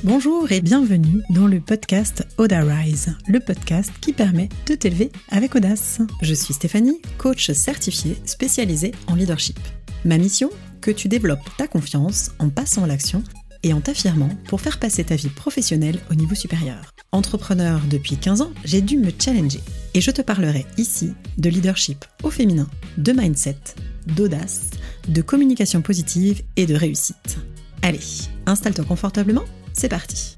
Bonjour et bienvenue dans le podcast Audarise, le podcast qui permet de t'élever avec audace. Je suis Stéphanie, coach certifiée spécialisée en leadership. Ma mission, que tu développes ta confiance en passant à l'action et en t'affirmant pour faire passer ta vie professionnelle au niveau supérieur. Entrepreneur depuis 15 ans, j'ai dû me challenger et je te parlerai ici de leadership au féminin, de mindset, d'audace, de communication positive et de réussite. Allez, installe-toi confortablement, c'est parti.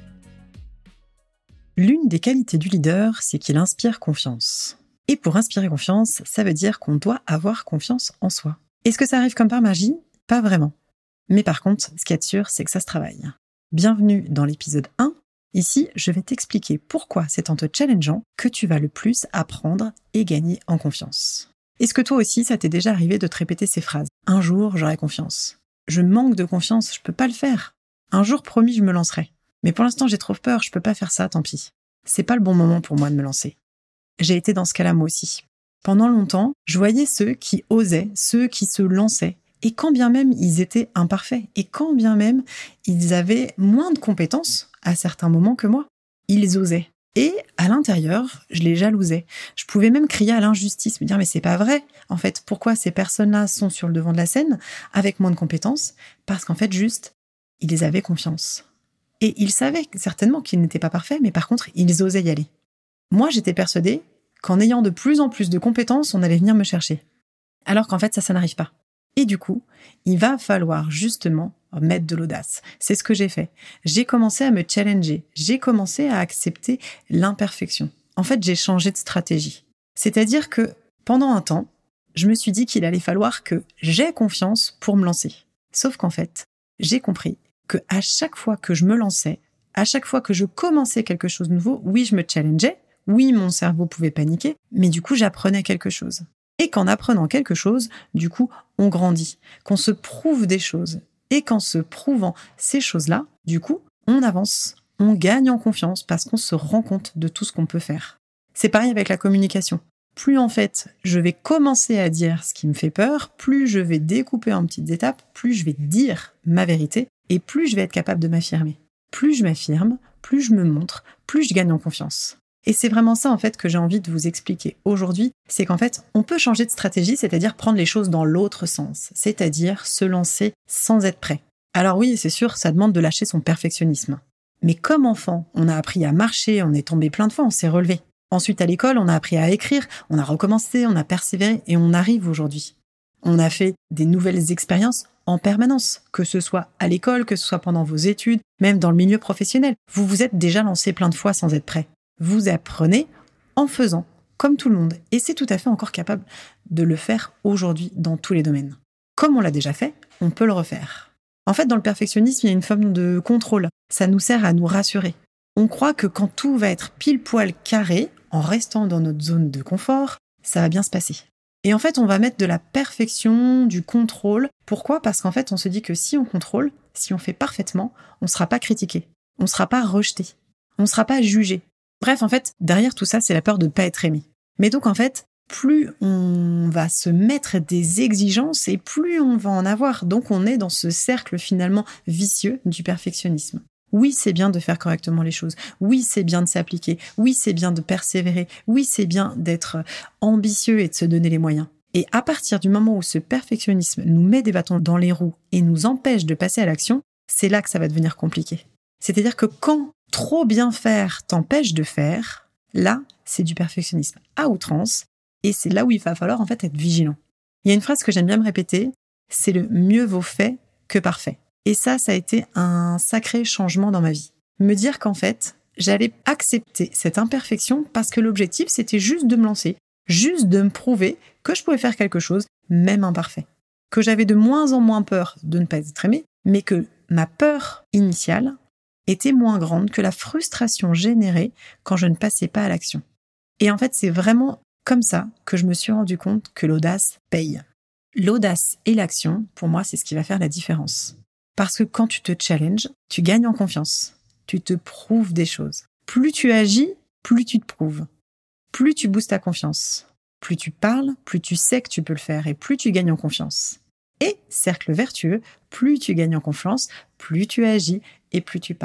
L'une des qualités du leader, c'est qu'il inspire confiance. Et pour inspirer confiance, ça veut dire qu'on doit avoir confiance en soi. Est-ce que ça arrive comme par magie ? Pas vraiment. Mais par contre, ce qu'il y a de sûr, c'est que ça se travaille. Bienvenue dans l'épisode 1. Ici, je vais t'expliquer pourquoi c'est en te challengeant que tu vas le plus apprendre et gagner en confiance. Est-ce que toi aussi, ça t'est déjà arrivé de te répéter ces phrases ? Un jour, j'aurai confiance. Je manque de confiance, je peux pas le faire. Un jour, promis, je me lancerai. Mais pour l'instant, j'ai trop peur, je peux pas faire ça, tant pis. C'est pas le bon moment pour moi de me lancer. J'ai été dans ce cas-là moi aussi. Pendant longtemps, je voyais ceux qui osaient, ceux qui se lançaient, et quand bien même ils étaient imparfaits, et quand bien même ils avaient moins de compétences à certains moments que moi, ils osaient. Et à l'intérieur, je les jalousais. Je pouvais même crier à l'injustice, me dire mais c'est pas vrai. En fait, pourquoi ces personnes-là sont sur le devant de la scène avec moins de compétences ? Parce qu'en fait, juste, ils avaient confiance. Et ils savaient certainement qu'ils n'étaient pas parfaits, mais par contre, ils osaient y aller. Moi, j'étais persuadée qu'en ayant de plus en plus de compétences, on allait venir me chercher. Alors qu'en fait, ça n'arrive pas. Et du coup, il va falloir justement mettre de l'audace. C'est ce que j'ai fait. J'ai commencé à me challenger. J'ai commencé à accepter l'imperfection. En fait, j'ai changé de stratégie. C'est-à-dire que pendant un temps, je me suis dit qu'il allait falloir que j'aie confiance pour me lancer. Sauf qu'en fait, j'ai compris que à chaque fois que je me lançais, à chaque fois que je commençais quelque chose de nouveau, oui, je me challengeais, oui, mon cerveau pouvait paniquer, mais du coup, j'apprenais quelque chose. Et qu'en apprenant quelque chose, du coup, on grandit, qu'on se prouve des choses. Et qu'en se prouvant ces choses-là, du coup, on avance, on gagne en confiance parce qu'on se rend compte de tout ce qu'on peut faire. C'est pareil avec la communication. Plus en fait, je vais commencer à dire ce qui me fait peur, plus je vais découper en petites étapes, plus je vais dire ma vérité et plus je vais être capable de m'affirmer. Plus je m'affirme, plus je me montre, plus je gagne en confiance. Et c'est vraiment ça en fait que j'ai envie de vous expliquer aujourd'hui, c'est qu'en fait, on peut changer de stratégie, c'est-à-dire prendre les choses dans l'autre sens, c'est-à-dire se lancer sans être prêt. Alors oui, c'est sûr, ça demande de lâcher son perfectionnisme. Mais comme enfant, on a appris à marcher, on est tombé plein de fois, on s'est relevé. Ensuite, à l'école, on a appris à écrire, on a recommencé, on a persévéré et on arrive aujourd'hui. On a fait des nouvelles expériences en permanence, que ce soit à l'école, que ce soit pendant vos études, même dans le milieu professionnel. Vous vous êtes déjà lancé plein de fois sans être prêt. Vous apprenez en faisant, comme tout le monde. Et c'est tout à fait encore capable de le faire aujourd'hui dans tous les domaines. Comme on l'a déjà fait, on peut le refaire. En fait, dans le perfectionnisme, il y a une forme de contrôle. Ça nous sert à nous rassurer. On croit que quand tout va être pile poil carré, en restant dans notre zone de confort, ça va bien se passer. Et en fait, on va mettre de la perfection, du contrôle. Pourquoi ? Parce qu'en fait, on se dit que si on contrôle, si on fait parfaitement, on ne sera pas critiqué, on ne sera pas rejeté, on ne sera pas jugé. Bref, en fait, derrière tout ça, c'est la peur de ne pas être aimé. Mais donc, en fait, plus on va se mettre des exigences et plus on va en avoir. Donc, on est dans ce cercle finalement vicieux du perfectionnisme. Oui, c'est bien de faire correctement les choses. Oui, c'est bien de s'appliquer. Oui, c'est bien de persévérer. Oui, c'est bien d'être ambitieux et de se donner les moyens. Et à partir du moment où ce perfectionnisme nous met des bâtons dans les roues et nous empêche de passer à l'action, c'est là que ça va devenir compliqué. C'est-à-dire que quand trop bien faire t'empêche de faire, là, c'est du perfectionnisme à outrance et c'est là où il va falloir en fait être vigilant. Il y a une phrase que j'aime bien me répéter, c'est le mieux vaut fait que parfait. Et ça a été un sacré changement dans ma vie. Me dire qu'en fait, j'allais accepter cette imperfection parce que l'objectif, c'était juste de me lancer, juste de me prouver que je pouvais faire quelque chose, même imparfait. Que j'avais de moins en moins peur de ne pas être aimée, mais que ma peur initiale était moins grande que la frustration générée quand je ne passais pas à l'action. Et en fait, c'est vraiment comme ça que je me suis rendu compte que l'audace paye. L'audace et l'action, pour moi, c'est ce qui va faire la différence. Parce que quand tu te challenges, tu gagnes en confiance. Tu te prouves des choses. Plus tu agis, plus tu te prouves. Plus tu boostes ta confiance. Plus tu parles, plus tu sais que tu peux le faire et plus tu gagnes en confiance. Et, cercle vertueux, plus tu gagnes en confiance, plus tu agis et plus tu parles.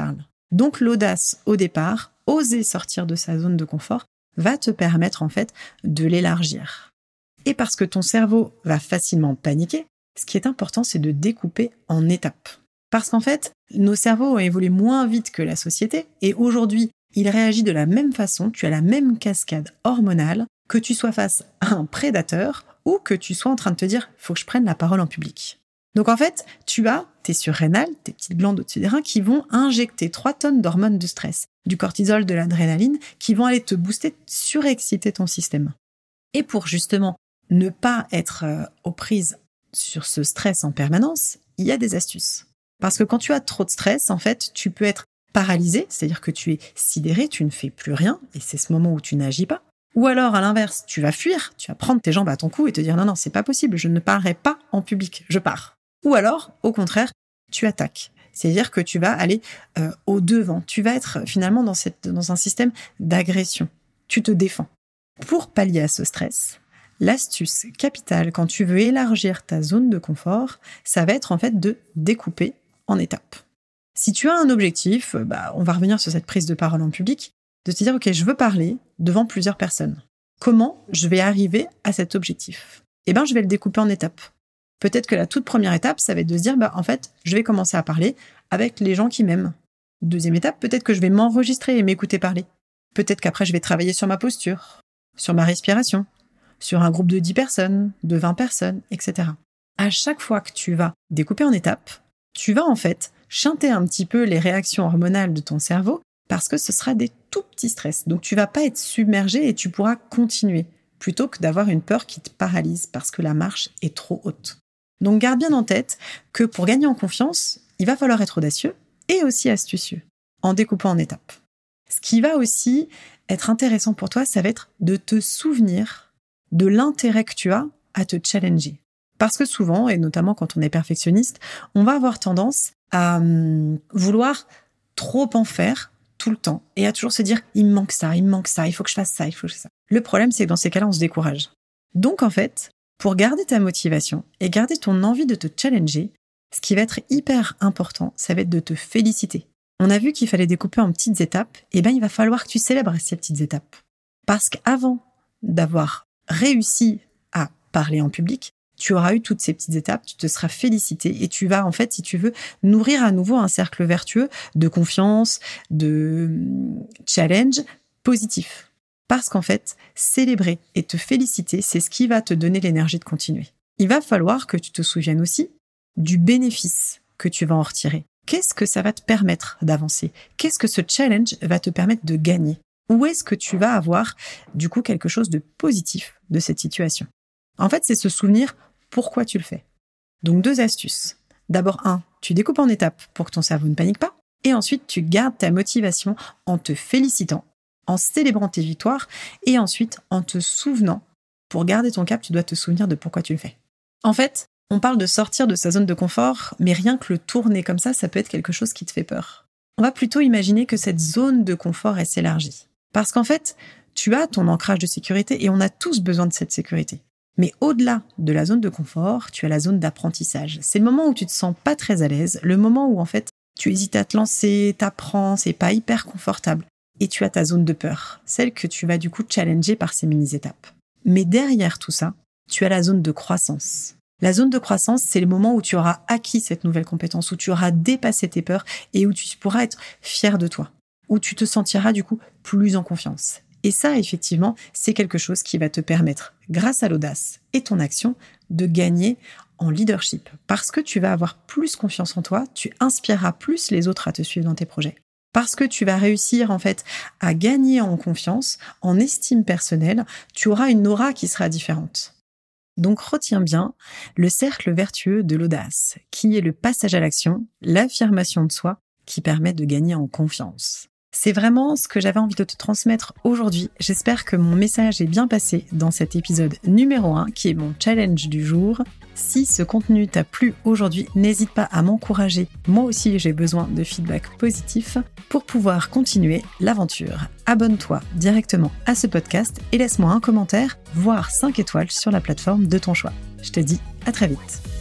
Donc l'audace au départ, oser sortir de sa zone de confort, va te permettre en fait de l'élargir. Et parce que ton cerveau va facilement paniquer, ce qui est important, c'est de découper en étapes. Parce qu'en fait, nos cerveaux ont évolué moins vite que la société et aujourd'hui, il réagit de la même façon, tu as la même cascade hormonale, que tu sois face à un prédateur ou que tu sois en train de te dire « faut que je prenne la parole en public ». Donc en fait, tu as tes surrénales, tes petites glandes au-dessus des reins qui vont injecter 3 tonnes d'hormones de stress, du cortisol, de l'adrénaline, qui vont aller te booster, surexciter ton système. Et pour justement ne pas être aux prises sur ce stress en permanence, il y a des astuces. Parce que quand tu as trop de stress, en fait, tu peux être paralysé, c'est-à-dire que tu es sidéré, tu ne fais plus rien, et c'est ce moment où tu n'agis pas. Ou alors, à l'inverse, tu vas fuir, tu vas prendre tes jambes à ton cou et te dire « non, c'est pas possible, je ne parlerai pas en public, je pars ». Ou alors, au contraire, tu attaques. C'est-à-dire que tu vas aller au-devant. Tu vas être finalement dans un système d'agression. Tu te défends. Pour pallier à ce stress, l'astuce capitale quand tu veux élargir ta zone de confort, ça va être en fait de découper en étapes. Si tu as un objectif, on va revenir sur cette prise de parole en public, de te dire « ok, je veux parler devant plusieurs personnes. Comment je vais arriver à cet objectif ?» Je vais le découper en étapes. Peut-être que la toute première étape, ça va être de se dire, en fait, je vais commencer à parler avec les gens qui m'aiment. Deuxième étape, peut-être que je vais m'enregistrer et m'écouter parler. Peut-être qu'après, je vais travailler sur ma posture, sur ma respiration, sur un groupe de 10 personnes, de 20 personnes, etc. À chaque fois que tu vas découper en étapes, tu vas en fait chanter un petit peu les réactions hormonales de ton cerveau parce que ce sera des tout petits stress. Donc, tu vas pas être submergé et tu pourras continuer plutôt que d'avoir une peur qui te paralyse parce que la marche est trop haute. Donc, garde bien en tête que pour gagner en confiance, il va falloir être audacieux et aussi astucieux, en découpant en étapes. Ce qui va aussi être intéressant pour toi, ça va être de te souvenir de l'intérêt que tu as à te challenger. Parce que souvent, et notamment quand on est perfectionniste, on va avoir tendance à vouloir trop en faire tout le temps et à toujours se dire « il me manque ça, il faut que je fasse ça, il faut que je fasse ça ». Le problème, c'est que dans ces cas-là, on se décourage. Donc, en fait, pour garder ta motivation et garder ton envie de te challenger, ce qui va être hyper important, ça va être de te féliciter. On a vu qu'il fallait découper en petites étapes, il va falloir que tu célèbres ces petites étapes. Parce qu'avant d'avoir réussi à parler en public, tu auras eu toutes ces petites étapes, tu te seras félicité et tu vas, en fait, si tu veux, nourrir à nouveau un cercle vertueux de confiance, de challenge positif. Parce qu'en fait, célébrer et te féliciter, c'est ce qui va te donner l'énergie de continuer. Il va falloir que tu te souviennes aussi du bénéfice que tu vas en retirer. Qu'est-ce que ça va te permettre d'avancer ? Qu'est-ce que ce challenge va te permettre de gagner ? Où est-ce que tu vas avoir, du coup, quelque chose de positif de cette situation ? En fait, c'est se souvenir pourquoi tu le fais. Donc, 2 astuces. D'abord, 1, tu découpes en étapes pour que ton cerveau ne panique pas. Et ensuite, tu gardes ta motivation en te félicitant, en célébrant tes victoires et ensuite en te souvenant. Pour garder ton cap, tu dois te souvenir de pourquoi tu le fais. En fait, on parle de sortir de sa zone de confort, mais rien que le tourner comme ça peut être quelque chose qui te fait peur. On va plutôt imaginer que cette zone de confort, elle s'élargit. Parce qu'en fait, tu as ton ancrage de sécurité et on a tous besoin de cette sécurité. Mais au-delà de la zone de confort, tu as la zone d'apprentissage. C'est le moment où tu te sens pas très à l'aise, le moment où en fait, tu hésites à te lancer, t'apprends, c'est pas hyper confortable. Et tu as ta zone de peur, celle que tu vas du coup challenger par ces mini-étapes. Mais derrière tout ça, tu as la zone de croissance. La zone de croissance, c'est le moment où tu auras acquis cette nouvelle compétence, où tu auras dépassé tes peurs et où tu pourras être fier de toi, où tu te sentiras du coup plus en confiance. Et ça, effectivement, c'est quelque chose qui va te permettre, grâce à l'audace et ton action, de gagner en leadership. Parce que tu vas avoir plus confiance en toi, tu inspireras plus les autres à te suivre dans tes projets. Parce que tu vas réussir en fait à gagner en confiance, en estime personnelle, tu auras une aura qui sera différente. Donc retiens bien le cercle vertueux de l'audace, qui est le passage à l'action, l'affirmation de soi, qui permet de gagner en confiance. C'est vraiment ce que j'avais envie de te transmettre aujourd'hui. J'espère que mon message est bien passé dans cet épisode numéro 1, qui est mon challenge du jour. Si ce contenu t'a plu aujourd'hui, n'hésite pas à m'encourager. Moi aussi, j'ai besoin de feedback positif pour pouvoir continuer l'aventure. Abonne-toi directement à ce podcast et laisse-moi un commentaire, voire 5 étoiles sur la plateforme de ton choix. Je te dis à très vite.